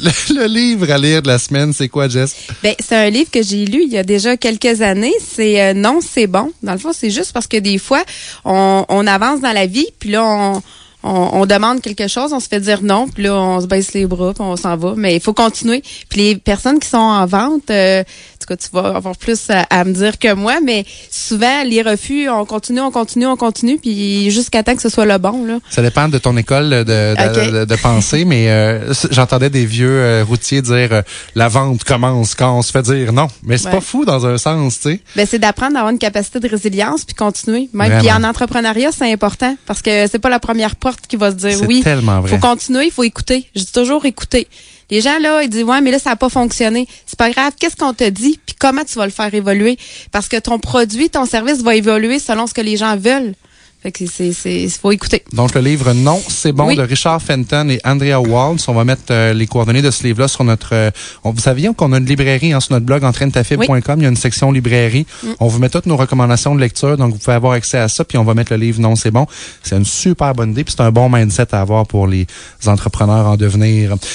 Le livre à lire de la semaine, c'est quoi, Jess? Ben, c'est un livre que j'ai lu il y a déjà quelques années. C'est Non, c'est bon. Dans le fond, c'est juste parce que des fois, on avance dans la vie, puis là, on demande quelque chose, on se fait dire non, puis là, on se baisse les bras, puis on s'en va. Mais il faut continuer. Puis les personnes qui sont en vente, en tout cas, tu vas avoir plus à me dire que moi, mais souvent, les refus, on continue, puis jusqu'à temps que ce soit le bon, là. Ça dépend de ton école de pensée, mais j'entendais des vieux routiers dire la vente commence quand on se fait dire non. Mais c'est pas fou dans un sens, tu sais. Ben, c'est d'apprendre à avoir une capacité de résilience puis continuer. Même puis en entrepreneuriat, c'est important parce que c'est pas la première porte qui va se dire oui. C'est tellement vrai. Faut continuer, il faut écouter. Je dis toujours écouter. Les gens, là, ils disent, ouais, mais là, ça n'a pas fonctionné. C'est pas grave. Qu'est-ce qu'on te dit? Puis comment tu vas le faire évoluer? Parce que ton produit, ton service va évoluer selon ce que les gens veulent. Fait que faut écouter. Donc, le livre Non, c'est bon de Richard Fenton et Andrea Waltz. On va mettre les coordonnées de ce livre-là sur notre... vous saviez qu'on a une librairie sur notre blog entrainetafib.com. Il y a une section librairie. On vous met toutes nos recommandations de lecture. Donc, vous pouvez avoir accès à ça. Puis, on va mettre le livre Non, c'est bon. C'est une super bonne idée. Puis, c'est un bon mindset à avoir pour les entrepreneurs en devenir.